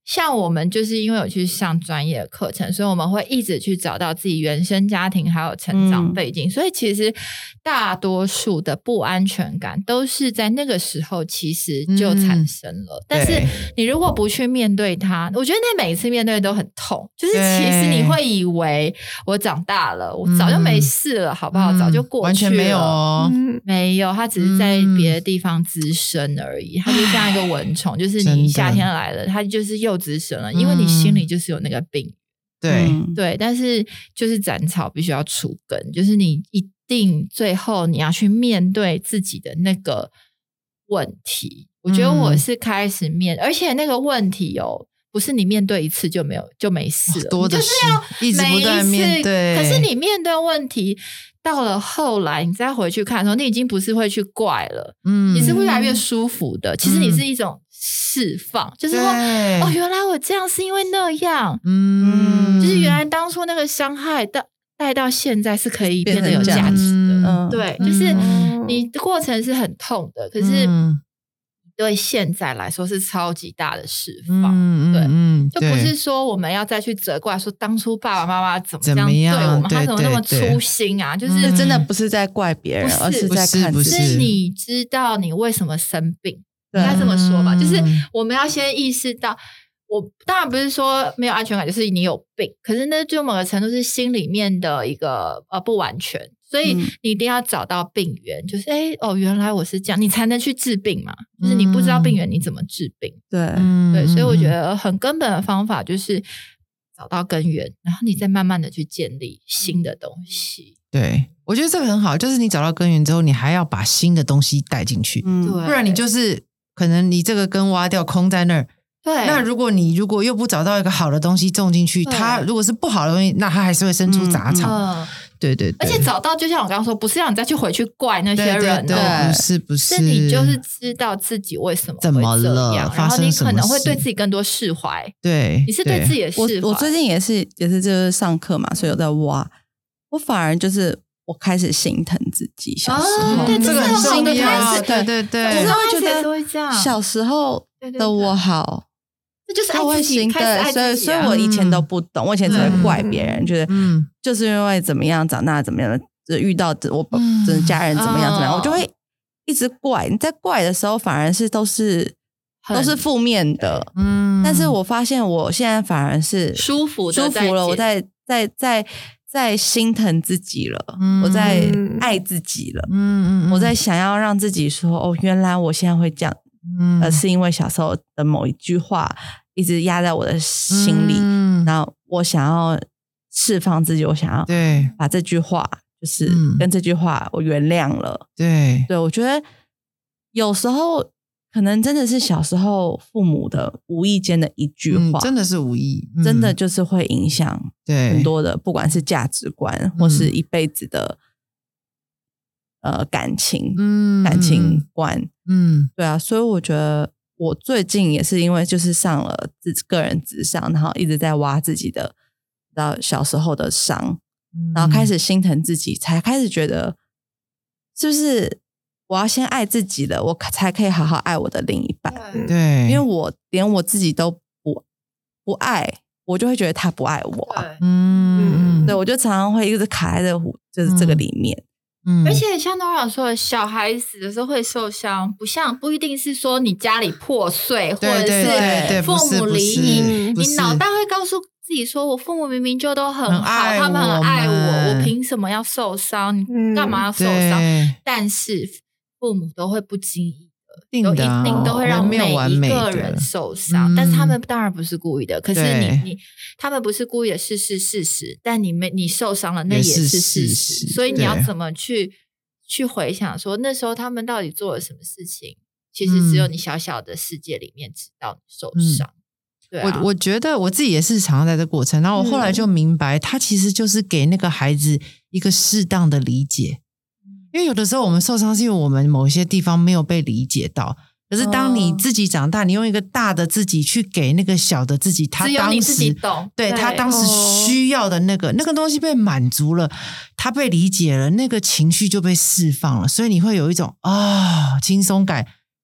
[SPEAKER 2] 像我们就是因为有去上专业的课程，所以我们会一直去找到自己原生家庭还有成长背景、嗯、所以其实大多数的不安全感都是在那个时候其实就产生了、嗯、但是你如果不去面对它，我觉得那每一次面对都很痛，就是其实你会以为我长大了我早就没事了、嗯、好不好，早就过去了，完全没有哦、嗯、没有，它只是在别的地方滋生而已、嗯、它就像一个蚊虫，就是你夏天来了它就是又滋生了，因为你心里就是有那个病、嗯、
[SPEAKER 3] 对、
[SPEAKER 2] 嗯、对，但是就是斩草必须要除根，就是你一定最后你要去面对自己的那个问题。我觉得我是开始面、嗯、而且那个问题哦不是你面对一次就没有就没事了，
[SPEAKER 3] 多的是
[SPEAKER 2] 你就是要每一次
[SPEAKER 3] 一直不断面对，
[SPEAKER 2] 可是你面对问题到了后来你再回去看的时候，你已经不是会去怪了，嗯，你是会越来越舒服的、嗯、其实你是一种释放，就是说哦，原来我这样是因为那样，嗯，就是原来当初那个伤害带带到现在是可以变得有价值的、嗯、对、嗯、就是你的过程是很痛的，可是、嗯对现在来说是超级大的释放、嗯、对、嗯、就不是说我们要再去责怪说当初爸爸妈妈怎么这样对我们，他怎么那么粗心啊，
[SPEAKER 1] 对对
[SPEAKER 2] 对，就是
[SPEAKER 1] 真的不是在怪别人，而是在看自己，
[SPEAKER 2] 是你知道你为什么生病，应该这么说吧、嗯、就是我们要先意识到，我当然不是说没有安全感就是你有病，可是那就某个程度是心里面的一个呃不完全，所以你一定要找到病源、嗯、就是诶哦原来我是这样，你才能去治病嘛，就是你不知道病源你怎么治病，
[SPEAKER 1] 对、
[SPEAKER 2] 嗯、对，所以我觉得很根本的方法就是找到根源，然后你再慢慢的去建立新的东西。
[SPEAKER 3] 对，我觉得这个很好，就是你找到根源之后你还要把新的东西带进去、嗯、不然你就是可能你这个根挖掉空在那儿，对，那如果你如果又不找到一个好的东西种进去，它如果是不好的东西，那它还是会生出杂草、嗯嗯、对对对，
[SPEAKER 2] 而且找到就像我刚刚说，不是让你再去回去怪那些人，
[SPEAKER 3] 对对对，不是不是，
[SPEAKER 2] 是你就是知道自己为什么会这样，怎么了，然后你可能会对自己更多释怀，
[SPEAKER 3] 对，
[SPEAKER 2] 你是对自己的释怀。
[SPEAKER 1] 我我最近也是也是就是上课嘛，所以有在挖，我反而就是我开始心疼自己小时候，
[SPEAKER 2] 哦、对，
[SPEAKER 3] 这个很重要，
[SPEAKER 2] 对
[SPEAKER 3] 对对，
[SPEAKER 2] 就是会
[SPEAKER 1] 觉得小时候的我好。
[SPEAKER 2] 这就是爱自己，
[SPEAKER 1] 对，所以所以我以前都不懂，我以前只会怪别人，觉得嗯，就是因为怎么样长大怎么样的，就遇到我的家人怎么样怎么样，我就会一直怪。你在怪的时候，反而是都是都是负面的，嗯。但是我发现我现在反而是
[SPEAKER 2] 舒服
[SPEAKER 1] 舒服了，我在在在在心疼自己了，我在爱自己了，嗯嗯，我在想要让自己说，哦，原来我现在会这样。嗯，而是因为小时候的某一句话一直压在我的心里，嗯、然后我想要释放自己，我想要对把这句话就是跟这句话我原谅了，
[SPEAKER 3] 对
[SPEAKER 1] 对，我觉得有时候可能真的是小时候父母的无意间的一句话，
[SPEAKER 3] 嗯、真的是无意、
[SPEAKER 1] 嗯，真的就是会影响很多的，不管是价值观或是一辈子的。呃，感情，嗯，感情观，嗯，对啊，所以我觉得我最近也是因为就是上了自个人諮商，然后一直在挖自己的到小时候的伤、嗯，然后开始心疼自己，才开始觉得是不是我要先爱自己了，我才可以好好爱我的另一半，
[SPEAKER 3] 对，
[SPEAKER 1] 因为我连我自己都不不爱，我就会觉得他不爱我、啊，嗯，对，我就常常会一直卡在这个就是这个里面。嗯
[SPEAKER 2] 嗯，而且像Nora说的，小孩子的时候会受伤，不像不一定是说你家里破碎，或者是父母离异，你脑袋会告诉自己说，我父母明明就都很好，他们很爱我，我凭什么要受伤？你干嘛要受伤？嗯、但是父母都会不经意。
[SPEAKER 3] 定的、
[SPEAKER 2] 啊、一定都会让每一个人受伤、嗯、但是他们当然不是故意的，可是你你他们不是故意的是是事实，但你没你受伤了那也是事实，所以你要怎么去去回想说那时候他们到底做了什么事情，其实只有你小小的世界里面知道你受伤、嗯对啊、
[SPEAKER 3] 我我觉得我自己也是常常在这过程，然后我后来就明白、嗯、他其实就是给那个孩子一个适当的理解，因为有的时候我们受伤是因为我们某些地方没有被理解到，可是当你自己长大，你用一个大的自己去给那个小的自己，他当时只有你自己懂，对，对他当时需要的那个、哦、那个东西被满足了，他被理解了，那个情绪就被释放了，所以你会有一种啊、哦、轻松感，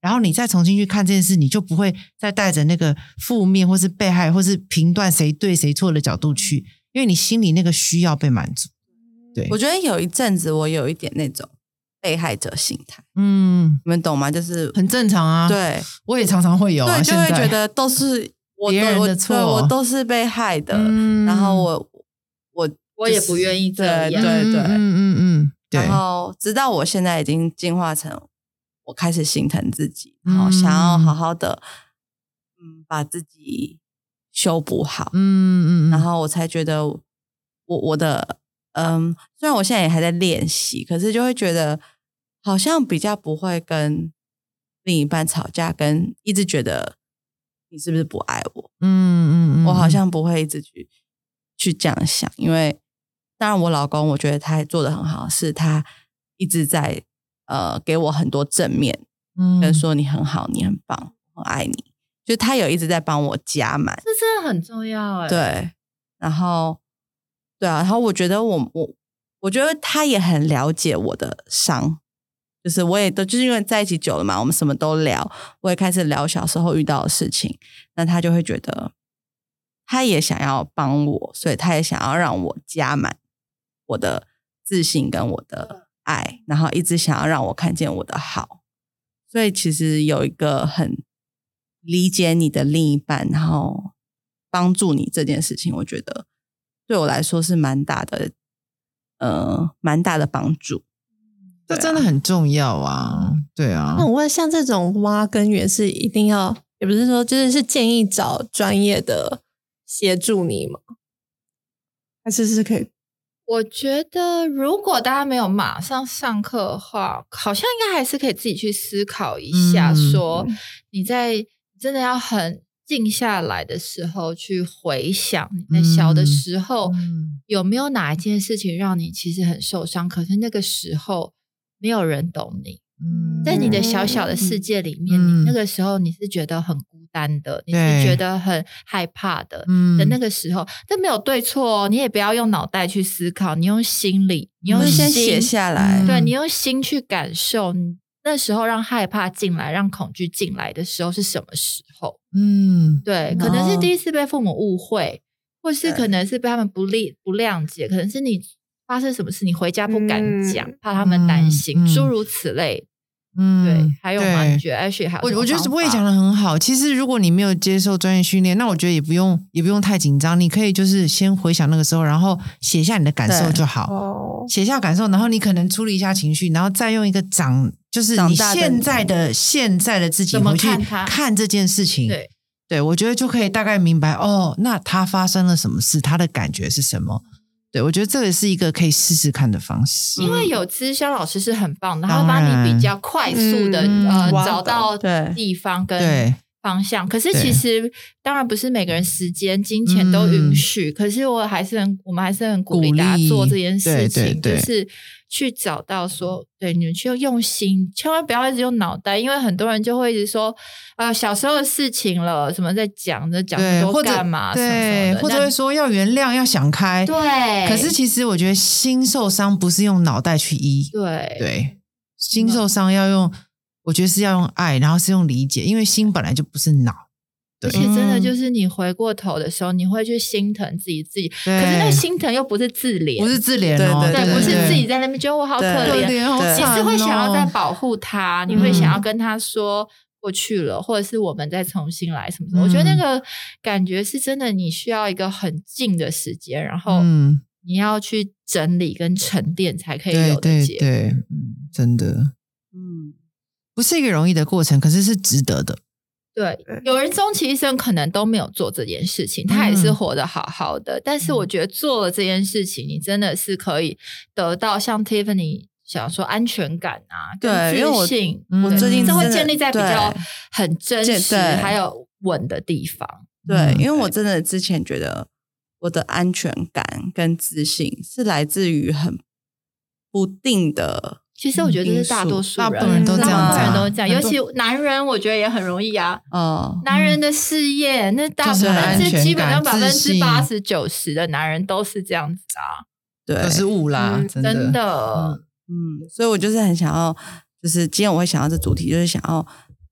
[SPEAKER 3] 然后你再重新去看这件事，你就不会再带着那个负面或是被害或是评断谁对谁错的角度去，因为你心里那个需要被满足。对，
[SPEAKER 1] 我觉得有一阵子我有一点那种被害者心态，
[SPEAKER 3] 嗯，
[SPEAKER 1] 你们懂吗？就是
[SPEAKER 3] 很正常啊。
[SPEAKER 1] 对，
[SPEAKER 3] 我也常常会有啊，
[SPEAKER 1] 对，就会觉得都是我
[SPEAKER 3] 别人的错，
[SPEAKER 1] 我, 我都是被害的，嗯、然后我我、就是、
[SPEAKER 2] 我也不愿意这样，
[SPEAKER 1] 对对对，
[SPEAKER 3] 嗯嗯嗯，对。
[SPEAKER 1] 然后直到我现在已经进化成我开始心疼自己，然后想要好好的嗯把自己修补好，
[SPEAKER 3] 嗯嗯，
[SPEAKER 1] 然后我才觉得我我的嗯，虽然我现在也还在练习，可是就会觉得好像比较不会跟另一半吵架，跟一直觉得你是不是不爱我，
[SPEAKER 3] 嗯嗯嗯，
[SPEAKER 1] 我好像不会一直去去这样想，因为当然我老公我觉得他也做得很好，是他一直在呃给我很多正面，嗯，跟说你很好，你很棒，我很爱你，就他有一直在帮我加满，
[SPEAKER 2] 这真的很重要哎。
[SPEAKER 1] 对，然后对啊，然后我觉得我我我觉得他也很了解我的伤，就是我也都就是因为在一起久了嘛，我们什么都聊，我也开始聊小时候遇到的事情，那他就会觉得他也想要帮我，所以他也想要让我加满我的自信跟我的爱，然后一直想要让我看见我的好，所以其实有一个很理解你的另一半，然后帮助你这件事情，我觉得对我来说是蛮大的呃，蛮大的帮助。
[SPEAKER 3] 这真的很重要啊，对啊。
[SPEAKER 4] 那我问，像这种挖根源是一定要，也不是说就是是建议找专业的协助你吗？还是是可以？
[SPEAKER 2] 我觉得如果大家没有马上上课的话，好像应该还是可以自己去思考一下，说你在真的要很静下来的时候去回想你在小的时候、嗯、有没有哪一件事情让你其实很受伤，可是那个时候没有人懂你、嗯、在你的小小的世界里面、嗯、你那个时候你是觉得很孤单的，你是觉得很害怕的、嗯、的那个时候，这没有对错哦，你也不要用脑袋去思考，你用心理，你用心
[SPEAKER 1] 先写下来，
[SPEAKER 2] 对，你用心去感受你那时候让害怕进来，让恐惧进来的时候是什么时候？嗯，对，可能是第一次被父母误会，或是可能是被他们不理不谅解，可能是你发生什么事你回家不敢讲、嗯、怕他们担心、嗯、诸如此类。嗯，对，还有吗？你觉得 Ashley 还有什么方法？
[SPEAKER 3] 我我觉得我也讲得很好。其实如果你没有接受专业训练，那我觉得也不用也不用太紧张，你可以就是先回想那个时候，然后写下你的感受就好。写下感受，然后你可能处理一下情绪，然后再用一个长就是你现在的现在的自己回去看这件事情。
[SPEAKER 2] 对
[SPEAKER 3] 对，我觉得就可以大概明白哦，那他发生了什么事，他的感觉是什么。对，我觉得这也是一个可以试试看的方式。
[SPEAKER 2] 因为有咨商老师是很棒的，他会帮你比较快速的、嗯、呃找到地方跟方向。可是其实当然不是每个人时间、金钱都允许，嗯、可是我还是很我们还是很鼓励大家做这件事情，对对对，就是去找到说，对，你们去用心，千万不要一直用脑袋，因为很多人就会一直说，呃，小时候的事情了，什么在讲，在讲很多干嘛，
[SPEAKER 3] 对，
[SPEAKER 2] 什么什么的，
[SPEAKER 3] 或者会说要原谅，要想开，
[SPEAKER 2] 对。
[SPEAKER 3] 可是其实我觉得心受伤不是用脑袋去医，
[SPEAKER 2] 对
[SPEAKER 3] 对，心受伤要用，我觉得是要用爱，然后是用理解，因为心本来就不是脑。
[SPEAKER 2] 而且真的就是你回过头的时候，你会去心疼自己自己，可是那个心疼又不是自怜，
[SPEAKER 3] 不是自怜哦，
[SPEAKER 2] 对，对，不是自己在那边觉得我好可怜，你是会想要再保护他，你会想要跟他说过去了，或者是我们再重新来什么什么。我觉得那个感觉是真的，你需要一个很静的时间，然后你要去整理跟沉淀才可以有的结果。
[SPEAKER 3] 对对对，嗯，真的，嗯，不是一个容易的过程，可是是值得的。
[SPEAKER 2] 对，有人终其一生可能都没有做这件事情，他也是活得好好的、嗯、但是我觉得做了这件事情你真的是可以得到像 Tiffany 想说安全感啊，
[SPEAKER 1] 对，
[SPEAKER 2] 跟自信，
[SPEAKER 1] 因为我我最近
[SPEAKER 2] 这会建立在比较很真实还有稳的地方。
[SPEAKER 1] 对、嗯、因为我真的之前觉得我的安全感跟自信是来自于很不定的，
[SPEAKER 2] 其实我觉得这是大多数人，
[SPEAKER 3] 大部分人都这样，
[SPEAKER 2] 大部分人都这样，尤其男人，我觉得也很容易啊。哦，男人的事业，嗯、那大部分是基本上百分之八十九十的男人都是这样子啊。
[SPEAKER 1] 对，
[SPEAKER 3] 都是误啦，嗯、真的。
[SPEAKER 2] 真的
[SPEAKER 1] 嗯，嗯，所以我就是很想要，就是今天我会想到这主题，就是想要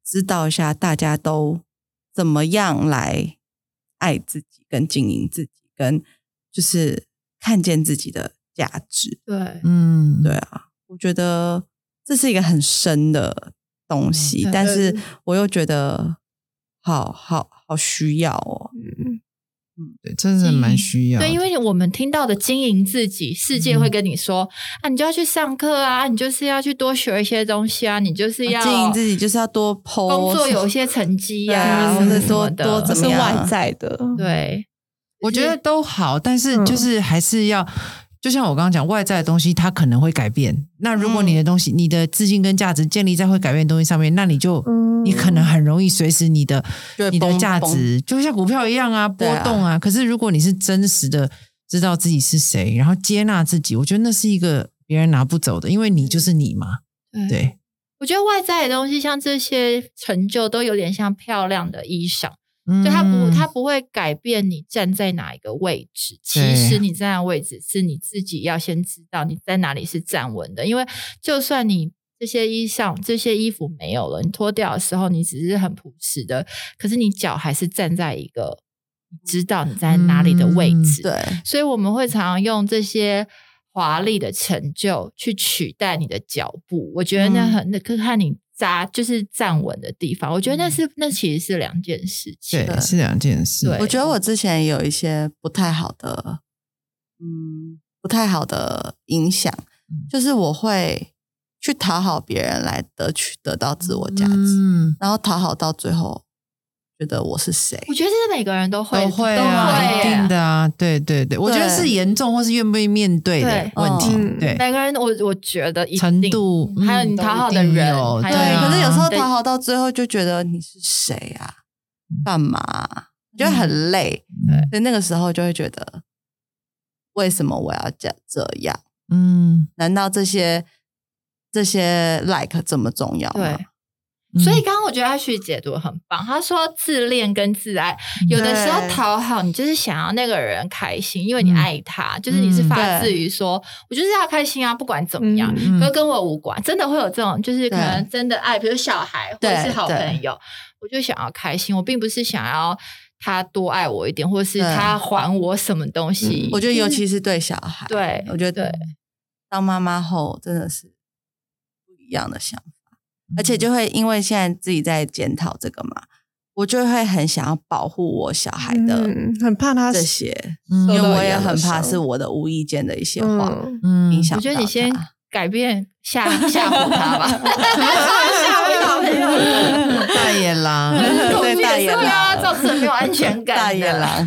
[SPEAKER 1] 知道一下大家都怎么样来爱自己跟经营自己跟就是看见自己的价值。
[SPEAKER 2] 对，
[SPEAKER 3] 嗯，
[SPEAKER 1] 对啊，我觉得这是一个很深的东西，
[SPEAKER 2] 嗯、
[SPEAKER 1] 但是我又觉得好好好需要哦。
[SPEAKER 4] 嗯
[SPEAKER 3] 嗯，对，真的蛮需要的。
[SPEAKER 2] 对，因为我们听到的经营自己，世界会跟你说、嗯、啊，你就要去上课啊，你就是要去多学一些东西啊，你就是要、
[SPEAKER 1] 啊、经营自己，就是要多 po
[SPEAKER 2] 工作有一些成绩啊，
[SPEAKER 1] 或者多多
[SPEAKER 4] 怎么样，是外在的。
[SPEAKER 2] 对，
[SPEAKER 3] 我觉得都好，但是就是还是要。嗯，就像我刚刚讲，外在的东西它可能会改变。那如果你的东西、嗯、你的自信跟价值建立在会改变的东西上面，那你就、嗯、你可能很容易随时你的你的价值就像股票一样啊，波动啊。可是如果你是真实的知道自己是谁，然后接纳自己，我觉得那是一个别人拿不走的，因为你就是你嘛。
[SPEAKER 2] 对，
[SPEAKER 3] 对，
[SPEAKER 2] 我觉得外在的东西像这些成就都有点像漂亮的衣裳。就它不，它不会改变你站在哪一个位置。其实你站在位置是你自己要先知道你在哪里是站稳的。因为就算你这些衣裳、这些衣服没有了，你脱掉的时候，你只是很朴实的，可是你脚还是站在一个你知道你在哪里的位置。
[SPEAKER 1] 嗯、对，
[SPEAKER 2] 所以我们会常常用这些华丽的成就去取代你的脚步。我觉得那很，那可看你。扎就是站稳的地方，我觉得那是、嗯、那其实是两件事情，
[SPEAKER 3] 对，是两件事。
[SPEAKER 1] 我觉得我之前有一些不太好的，嗯，不太好的影响、嗯，就是我会去讨好别人来得取得到自我价值，嗯、然后讨好到最后，觉得我是谁？
[SPEAKER 2] 我觉得这是每个人都会
[SPEAKER 3] 都会啊，
[SPEAKER 2] 都会
[SPEAKER 3] 一定的啊，对对对，我觉得是严重或是愿不愿意面对的问题。
[SPEAKER 2] 嗯、
[SPEAKER 3] 对，
[SPEAKER 2] 每个人我我觉得一定
[SPEAKER 3] 程度，
[SPEAKER 2] 还有你讨好的人，
[SPEAKER 3] 嗯、
[SPEAKER 2] 还有
[SPEAKER 1] 对、啊，可是有时候
[SPEAKER 2] 讨
[SPEAKER 1] 好到最后就觉得你是谁啊？干嘛、啊？觉得很累，
[SPEAKER 2] 对、
[SPEAKER 1] 所以那个时候就会觉得，为什么我要这这样？
[SPEAKER 3] 嗯，
[SPEAKER 1] 难道这些这些 like 这么重要吗？
[SPEAKER 2] 对。所以刚刚我觉得阿旭解读得很棒，他说自恋跟自爱有的时候讨好你就是想要那个人开心，因为你爱他、嗯、就是你是发自于说我就是要开心啊，不管怎么样、嗯、可是跟我无关，真的会有这种就是可能真的爱，比如小孩或者是好朋友，我就想要开心，我并不是想要他多爱我一点，或是他还我什么东西、
[SPEAKER 1] 嗯、我觉得尤其是对小孩，
[SPEAKER 2] 对，
[SPEAKER 1] 我觉得当妈妈后真的是不一样的想法，而且就会因为现在自己在检讨这个嘛，我就会很想要保护我小孩的、
[SPEAKER 4] 嗯，很怕他
[SPEAKER 1] 这些、嗯，因为我也很怕是我的无意间的一些话影响到他、嗯、
[SPEAKER 2] 我觉得你先改变吓吓唬他吧，吓唬小朋友，
[SPEAKER 3] 大野狼，
[SPEAKER 1] 对大野狼
[SPEAKER 2] 啊，造成没有安全感，
[SPEAKER 1] 大野狼，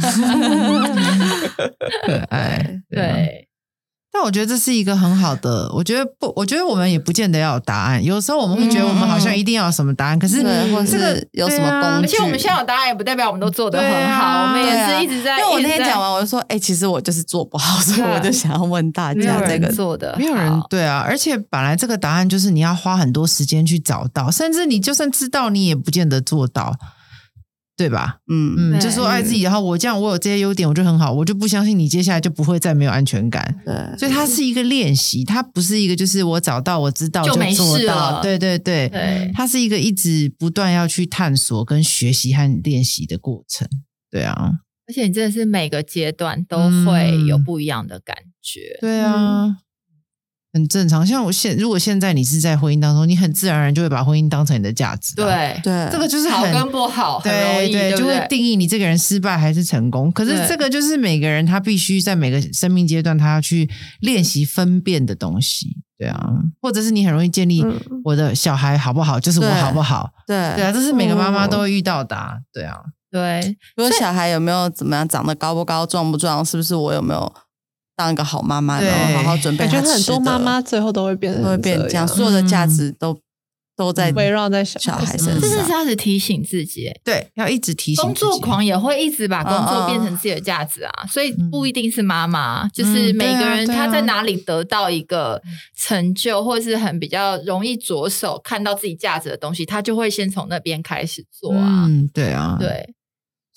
[SPEAKER 3] 可爱，
[SPEAKER 2] 对。
[SPEAKER 3] 但我觉得这是一个很好的，我觉得不，我觉得我们也不见得要有答案。有时候我们会觉得我们好像一定要有什么答案，嗯、可是这个
[SPEAKER 1] 有什么工具？
[SPEAKER 2] 而且我们现在有答案，也不代表我们都做得很好。啊、我们也是一直在。
[SPEAKER 1] 因为我那天讲完，我就说，哎、欸，其实我就是做不好，所以我就想要问大家，这个
[SPEAKER 2] 做的
[SPEAKER 3] 没有人对啊。而且本来这个答案就是你要花很多时间去找到，甚至你就算知道，你也不见得做到。对吧？嗯嗯，就说爱自己，然后我这样，我有这些优点，我就很好，我就不相信你接下来就不会再没有安全感。
[SPEAKER 1] 对，
[SPEAKER 3] 所以它是一个练习，它不是一个就是我找到我知道就做到。对对对，
[SPEAKER 2] 对，
[SPEAKER 3] 它是一个一直不断要去探索跟学习和练习的过程。对啊，
[SPEAKER 2] 而且你真的是每个阶段都会有不一样的感觉。
[SPEAKER 3] 嗯、对啊。嗯，很正常，像我现如果现在你是在婚姻当中，你很自然而然就会把婚姻当成你的价值、啊。
[SPEAKER 2] 对
[SPEAKER 1] 对，
[SPEAKER 3] 这个就是很
[SPEAKER 2] 好跟不好，很容易，
[SPEAKER 3] 对 对, 对，就会定义你这个人失败还是成功。可是这个就是每个人他必须在每个生命阶段，他要去练习分辨的东西。对啊，或者是你很容易建立我的小孩好不好，就是我好不好。
[SPEAKER 1] 对
[SPEAKER 3] 对啊，这是每个妈妈都会遇到的、啊。对啊，
[SPEAKER 2] 对，
[SPEAKER 1] 比如小孩有没有怎么样，长得高不高，壮不壮，是不是我有没有当一个好妈妈，然后好好准备他吃的。
[SPEAKER 4] 我觉得很多妈妈最后都会变成
[SPEAKER 1] 都会变这样，所有的价值都、嗯、都在
[SPEAKER 4] 围绕在小
[SPEAKER 1] 孩身上。
[SPEAKER 2] 这是要是提醒自己，
[SPEAKER 3] 对，要一直提醒自己。
[SPEAKER 2] 工作狂也会一直把工作变成自己的价值啊，嗯、所以不一定是妈妈、嗯，就是每个人他在哪里得到一个成就，或是很比较容易着手看到自己价值的东西，他就会先从那边开始做啊。
[SPEAKER 3] 嗯，对啊，
[SPEAKER 2] 对。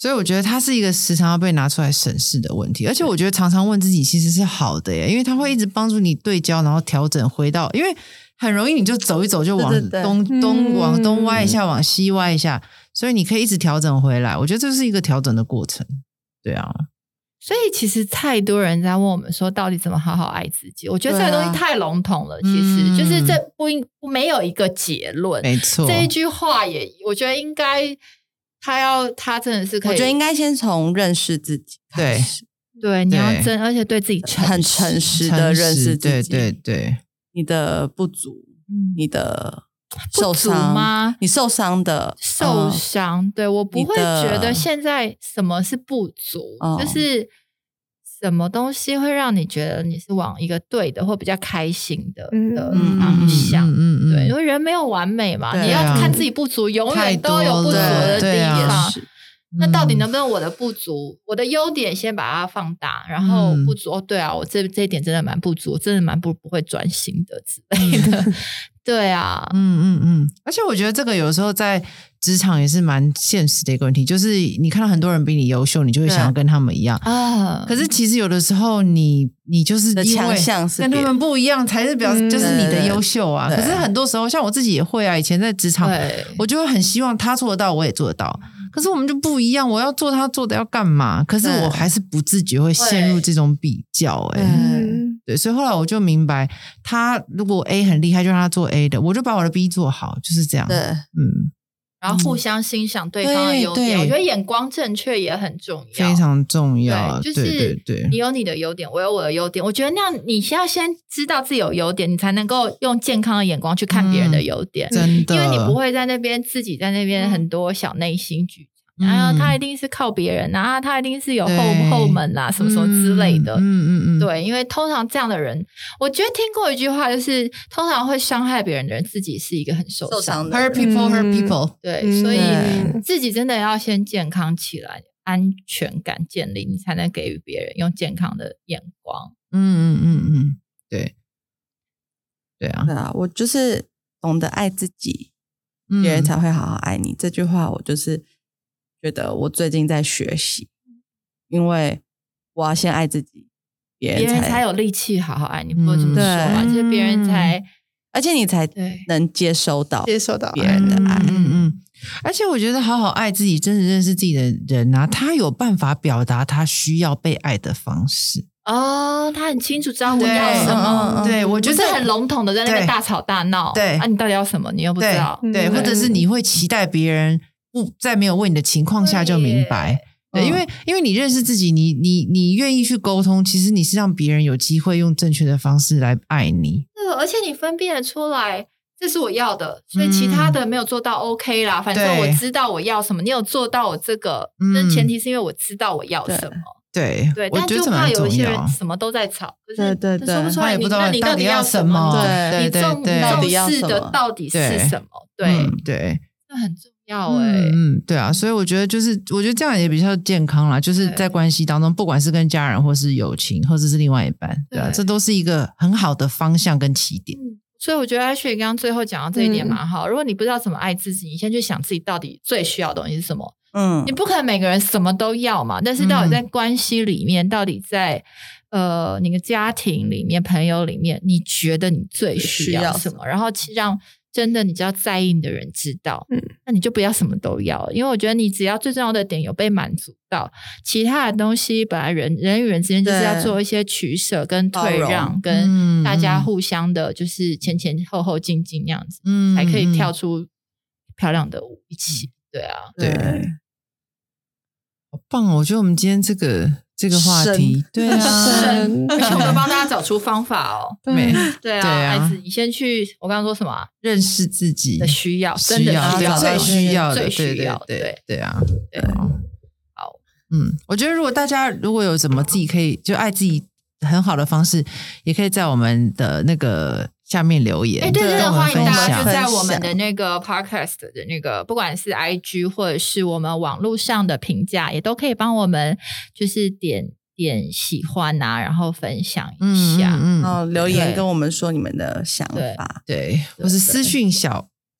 [SPEAKER 3] 所以我觉得它是一个时常要被拿出来审视的问题，而且我觉得常常问自己其实是好的耶，因为它会一直帮助你对焦，然后调整回到，因为很容易你就走一走就往东
[SPEAKER 1] 对对
[SPEAKER 3] 对东往东歪一下，往西歪一下，所以你可以一直调整回来。我觉得这是一个调整的过程。对啊，
[SPEAKER 2] 所以其实太多人在问我们说，到底怎么好好爱自己？我觉得这个东西太笼统了，啊、其实、嗯、就是这不应没有一个结论。
[SPEAKER 3] 没错，
[SPEAKER 2] 这一句话也，我觉得应该。他要，他真的是可以，
[SPEAKER 1] 我觉得应该先从认识自己开始。
[SPEAKER 2] 对，对，你要真，而且对自己诚
[SPEAKER 1] 很诚实的认识自己。
[SPEAKER 3] 对对对，
[SPEAKER 1] 你的不足，嗯、你的受
[SPEAKER 2] 伤吗？
[SPEAKER 1] 你受伤的
[SPEAKER 2] 受伤，嗯、对我不会觉得现在什么是不足，就是什么东西会让你觉得你是往一个对的或比较开心的、嗯、的方向。嗯嗯嗯、对，因为人没有完美嘛，啊、你要看自己不足，永远都有不足的地方。啊、那到底能不能我的不足，我的优点先把它放大，然后不足，嗯、哦，对啊，我这这一点真的蛮不足，我真的蛮不不会专心的之类的。对啊，
[SPEAKER 3] 嗯嗯嗯，而且我觉得这个有时候在职场也是蛮现实的一个问题，就是你看到很多人比你优秀，你就会想要跟他们一样啊。可是其实有的时候你你就是因为跟他们不一样，才是表示就是你的优秀啊。可是很多时候像我自己也会啊，以前在职场我就会很希望他做得到我也做得到，可是我们就不一样，我要做他做的要干嘛？可是我还是不自觉会陷入这种比较欸。嗯，对，所以后来我就明白，他如果 A 很厉害就让他做 A 的，我就把我的 B 做好，就是这样。
[SPEAKER 1] 对，
[SPEAKER 3] 嗯，
[SPEAKER 2] 然后互相欣赏对方的优点，我觉得眼光正确也很重要，
[SPEAKER 3] 非常重要。
[SPEAKER 2] 对，就是
[SPEAKER 3] 对对对，
[SPEAKER 2] 你有你的优点，我有我的优点，我觉得那样你先要先知道自己有优点，你才能够用健康的眼光去看别人的优点。
[SPEAKER 3] 嗯、真的，
[SPEAKER 2] 因为你不会在那边自己在那边很多小内心剧。然后他一定是靠别人啊，他一定是有后后门啊，什么什么之类的。嗯嗯嗯，对，因为通常这样的人，我觉得听过一句话，就是通常会伤害别人的人，自己是一个很受伤的
[SPEAKER 3] hurt people hurt people。
[SPEAKER 2] 对，所以自己真的要先健康起来，安全感建立，你才能给予别人用健康的眼光。
[SPEAKER 3] 嗯嗯嗯嗯，对，对啊，
[SPEAKER 1] 对啊，我就是懂得爱自己，别人才会好好爱你。这句话我就是觉得我最近在学习，因为我要先爱自己，别人 才,
[SPEAKER 2] 别人才有力气好好爱你，不会这么说啊，就是别人才，
[SPEAKER 1] 而且你才能接收到
[SPEAKER 4] 接收到
[SPEAKER 1] 别人的爱。
[SPEAKER 3] 嗯嗯，而且我觉得好好爱自己，真的认识自己的人啊，他有办法表达他需要被爱的方式。
[SPEAKER 2] 哦，他很清楚知道我要什么。
[SPEAKER 3] 对，我觉得
[SPEAKER 2] 不是很笼统的在那边大吵大闹。
[SPEAKER 3] 对
[SPEAKER 2] 啊，你到底要什么？你又不知道。
[SPEAKER 3] 对，对，或者是你会期待别人不在没有问你的情况下就明白。对，因为因为你认识自己，你你你愿意去沟通，其实你是让别人有机会用正确的方式来爱你。
[SPEAKER 2] 对，而且你分辨得出来，这是我要的，所以其他的没有做到 OK 啦。嗯、反正我知道我要什么，你有做到我这个，但前提是因为我知道我要什么。
[SPEAKER 3] 对
[SPEAKER 2] 对，但就怕有一些人什么都在吵，就是
[SPEAKER 1] 对对对，
[SPEAKER 2] 说不出来，你那你到底要什么？对，你重重视的到底是什么？对
[SPEAKER 3] 对，
[SPEAKER 2] 这很重要哎。
[SPEAKER 3] 嗯，对啊，所以我觉得就是，我觉得这样也比较健康啦。就是在关系当中，不管是跟家人，或是友情，或者是另外一半，对啊，这都是一个很好的方向跟起点。
[SPEAKER 2] 所以我觉得 Ashley 刚刚最后讲到这一点蛮好。如果你不知道怎么爱自己，你先去想自己到底最需要的东西是什么。嗯，你不可能每个人什么都要嘛，但是到底在关系里面，嗯、到底在呃你的家庭里面、朋友里面，你觉得你最需要什么？然后让真的你只要在意你的人知道，嗯，那你就不要什么都要，因为我觉得你只要最重要的点有被满足到，其他的东西本来人人与人之间就是要做一些取舍跟退让，跟大家互相的就是前前后后进进那样子，嗯，才可以跳出漂亮的舞一起。对啊，
[SPEAKER 3] 对。好棒哦！我觉得我们今天这个这个话题，对啊，
[SPEAKER 2] 而且我们帮大家找出方法哦。
[SPEAKER 3] 对
[SPEAKER 2] 对啊，孩子，你先去，我刚刚说什么、啊？
[SPEAKER 3] 认识自己
[SPEAKER 2] 的需要，真的需要，
[SPEAKER 3] 最需要的，
[SPEAKER 2] 最需要的，
[SPEAKER 3] 对对对啊，
[SPEAKER 2] 对。
[SPEAKER 3] 好，嗯，我觉得如果大家如果有什么自己可以就爱自己很好的方式，也可以在我们的那个下面留言。
[SPEAKER 2] 哎，对对对，欢迎大家就在我们的那个 podcast 的那个，不管是 I G 或者是我们网络上的评价，也都可以帮我们就是点点喜欢啊，然后分享一下，
[SPEAKER 1] 嗯嗯嗯、然后留言跟我们说你们的想法，
[SPEAKER 3] 对，或是私讯小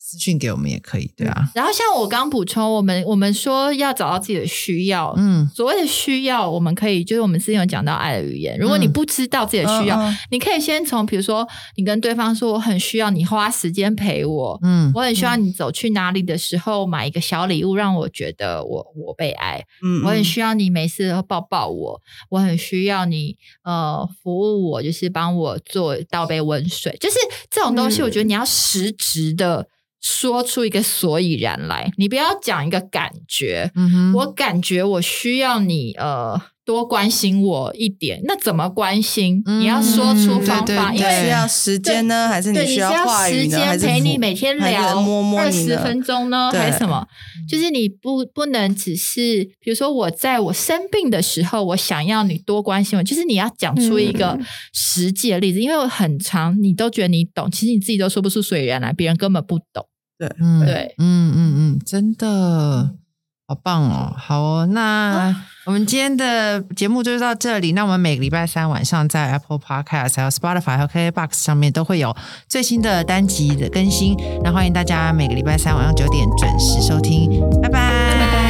[SPEAKER 3] 私讯给我们也可以，对啊。
[SPEAKER 2] 然后像我刚补充，我们我们说要找到自己的需要，嗯，所谓的需要，我们可以就是我们之前有讲到爱的语言。如果你不知道自己的需要，嗯、你可以先从比如说你跟对方说，我很需要你花时间陪我，嗯，我很需要你走去哪里的时候买一个小礼物，让我觉得我我被爱，嗯，我很需要你每次都抱抱我，我很需要你呃服务我，就是帮我做倒杯温水，就是这种东西，我觉得你要实质的。说出一个所以然来，你不要讲一个感觉、嗯、我感觉我需要你呃多关心我一点，那怎么关心、嗯、你要说出方法，
[SPEAKER 1] 对对对，因为是要时间呢还是你需要话语呢，
[SPEAKER 2] 还是陪你每天聊二十分钟呢还是什么，就是你不不能只是比如说我在我生病的时候我想要你多关心我，就是你要讲出一个实际的例子、嗯、因为很常你都觉得你懂，其实你自己都说不出所以然来，别人根本不懂。
[SPEAKER 1] 对，
[SPEAKER 3] 嗯，
[SPEAKER 2] 对，
[SPEAKER 3] 嗯嗯嗯，真的好棒哦！好哦，那我们今天的节目就到这里。那我们每个礼拜三晚上在 Apple Podcast 还有 Spotify 和 K K B O X 上面都会有最新的单集的更新。那欢迎大家每个礼拜三晚上九点准时收听，拜拜。